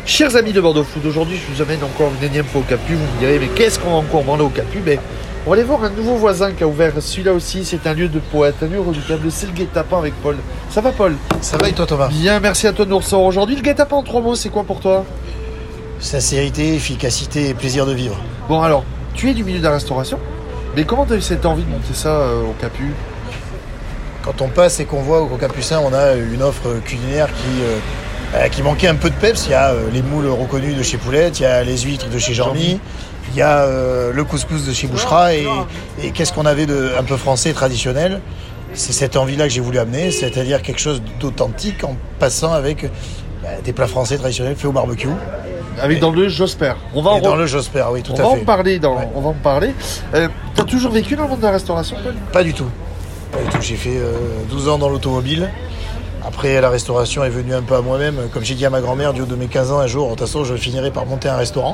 Chers amis de Bordeaux Food, aujourd'hui je vous amène encore une énième fois au Capu. Vous me direz, mais qu'est-ce qu'on va encore manger au Capu? On va aller voir un nouveau voisin qui a ouvert. Celui-là aussi, c'est un lieu de poète, un lieu redoutable. C'est le guet-apens avec Paul. Ça va, Paul? Ça va et toi, Thomas? Bien, merci à toi de nous recevoir aujourd'hui. Le guet-apens en 3 mots, c'est quoi pour toi? Sincérité, efficacité et plaisir de vivre. Bon, alors, tu es du milieu de la restauration, mais comment tu as eu cette envie de monter ça au Capu? Quand on passe et qu'on voit au Capucin, on a une offre culinaire qui manquait un peu de peps. Il y a les moules reconnus de chez Poulette, il y a les huîtres de chez Jean-Mi, il y a le couscous de chez Bouchera et qu'est-ce qu'on avait de un peu français traditionnel. C'est cette envie-là que j'ai voulu amener, c'est-à-dire quelque chose d'authentique en passant avec des plats français traditionnels faits au barbecue. Avec dans le Josper. Dans le Josper, oui, tout à fait. On va en parler. T'as toujours vécu dans le monde de la restauration, Paul? Pas du tout. J'ai fait 12 ans dans l'automobile. Après, la restauration est venue un peu à moi-même. Comme j'ai dit à ma grand-mère, du haut de mes 15 ans, un jour, de toute façon, je finirai par monter un restaurant.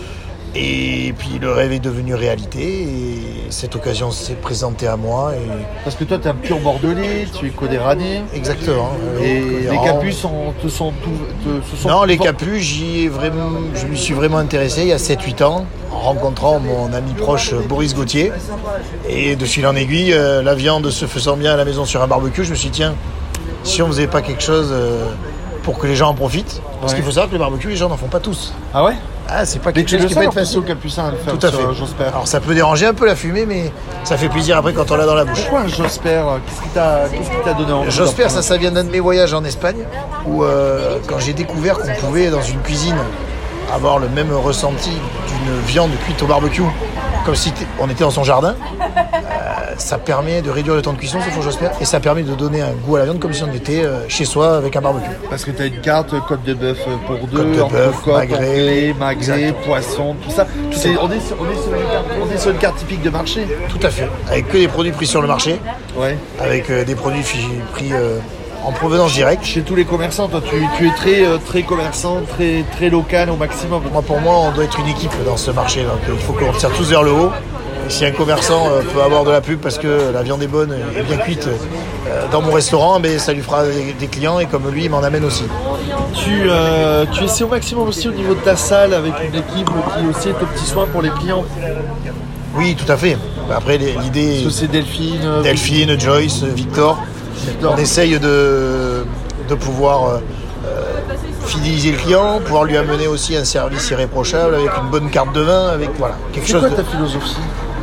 Et puis, le rêve est devenu réalité. Et cette occasion s'est présentée à moi. Parce que toi, tu es un pur bordelais, tu es codéranais. Exactement. Et les Capus se sont... Non, les Capus, je m'y suis vraiment intéressé il y a 7-8 ans, en rencontrant mon ami proche Boris Gauthier. Et de fil en aiguille, la viande se faisant bien à la maison sur un barbecue, je me suis dit, tiens, si on faisait pas quelque chose pour que les gens en profitent. Parce qu'il faut savoir que les barbecues, les gens n'en font pas tous. Ah ouais? Ah, c'est pas quelque chose qui peut être facile au Capucin à le faire. Tout à fait. Josper. Alors ça peut déranger un peu la fumée, mais ça fait plaisir après quand on l'a dans la bouche. Pourquoi un Josper? Qu'est-ce qui t'a donné envie? Josper, ça vient d'un de mes voyages en Espagne, où quand j'ai découvert qu'on pouvait dans une cuisine avoir le même ressenti d'une viande cuite au barbecue, comme si on était dans son jardin, ça permet de réduire le temps de cuisson, ce faux Josper, et ça permet de donner un goût à la viande comme si on était chez soi avec un barbecue. Parce que tu as une carte côte de bœuf pour deux, côte de bœuf, magret, poisson, tout ça. On est sur une carte typique de marché. Tout à fait, avec que des produits pris sur le marché, avec des produits pris en provenance directe. Chez tous les commerçants, toi tu es très commerçant, très local au maximum. Pour moi, on doit être une équipe dans ce marché, donc il faut qu'on tire tous vers le haut. Et si un commerçant peut avoir de la pub parce que la viande est bonne et bien cuite dans mon restaurant, ça lui fera des clients et comme lui, il m'en amène aussi. Tu essaies au maximum aussi au niveau de ta salle avec une équipe qui aussi est aux petits soins pour les clients. Oui, tout à fait. Après, l'idée... C'est Delphine, Joyce, Victor. On essaye de pouvoir fidéliser le client, pouvoir lui amener aussi un service irréprochable avec une bonne carte de vin, avec quelque chose. C'est quoi ta philosophie?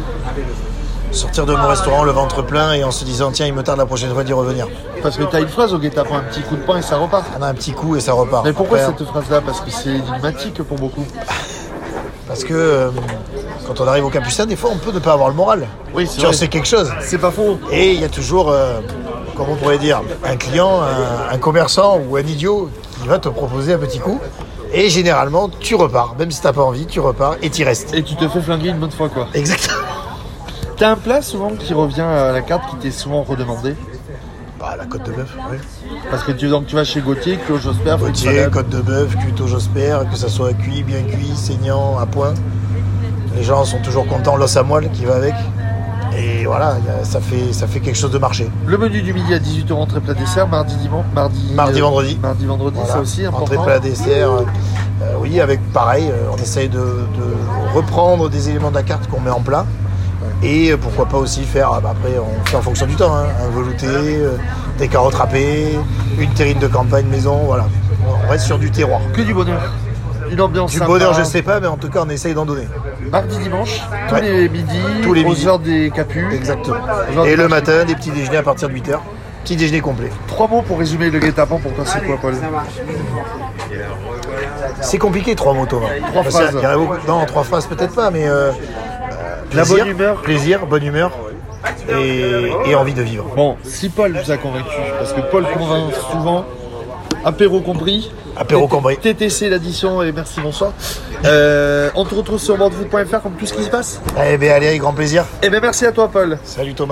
Sortir de mon restaurant le ventre plein et en se disant tiens, il me tarde la prochaine fois d'y revenir. Parce que tu as une phrase au guet-apens, un petit coup de poing et ça repart. On a un petit coup et ça repart. Mais pourquoi cette phrase-là? Parce que c'est énigmatique pour beaucoup. Parce que quand on arrive au Capucin, des fois on peut ne pas avoir le moral. Oui, c'est quelque chose. C'est pas faux. Et il y a toujours, comment on pourrait dire, un client, un commerçant ou un idiot qui va te proposer un petit coup. Et généralement, tu repars. Même si t'as pas envie, tu repars et tu restes. Et tu te fais flinguer une bonne fois, quoi. Exactement. T'as un plat souvent qui revient à la carte qui t'est souvent redemandé? La côte de bœuf, oui. Parce que tu vas chez Gauthier, cuit au Josper. Gauthier, côte de bœuf, cuit au Josper, que ça soit cuit, bien cuit, saignant, à point. Les gens sont toujours contents, l'os à moelle qui va avec. Et voilà, ça fait quelque chose de marché. Le menu du midi à 18h, entrée plat dessert, mardi, vendredi. Mardi, vendredi, voilà. Ça aussi important. Entrée plat dessert, oui, avec pareil, on essaye de reprendre des éléments de la carte qu'on met en plat. Et pourquoi pas aussi faire, après on fait en fonction du temps, un velouté, des carottes râpées, une terrine de campagne maison, voilà. On reste sur du terroir. Que du bonheur. Une ambiance du sympa. Bonheur, je sais pas, mais en tout cas on essaye d'en donner. Mardi, dimanche, tous les midis, aux heures des Capus. Exactement. Et le matin, des petits déjeuners à partir de 8h. Petit déjeuner complet. 3 mots pour résumer le guet-apens, pour toi c'est quoi, Paul? C'est compliqué, 3 mots, Thomas. 3 phrases. Non, 3 phrases peut-être pas, mais plaisir, la bonne humeur. Plaisir, bonne humeur et envie de vivre. Bon, si Paul vous a convaincu, parce que Paul convainc souvent, apéro compris. TTC l'addition et merci, bonsoir. On te retrouve sur bordeauxfood.fr comme tout ce qui se passe. Allez, avec grand plaisir. Merci à toi, Paul. Salut Thomas.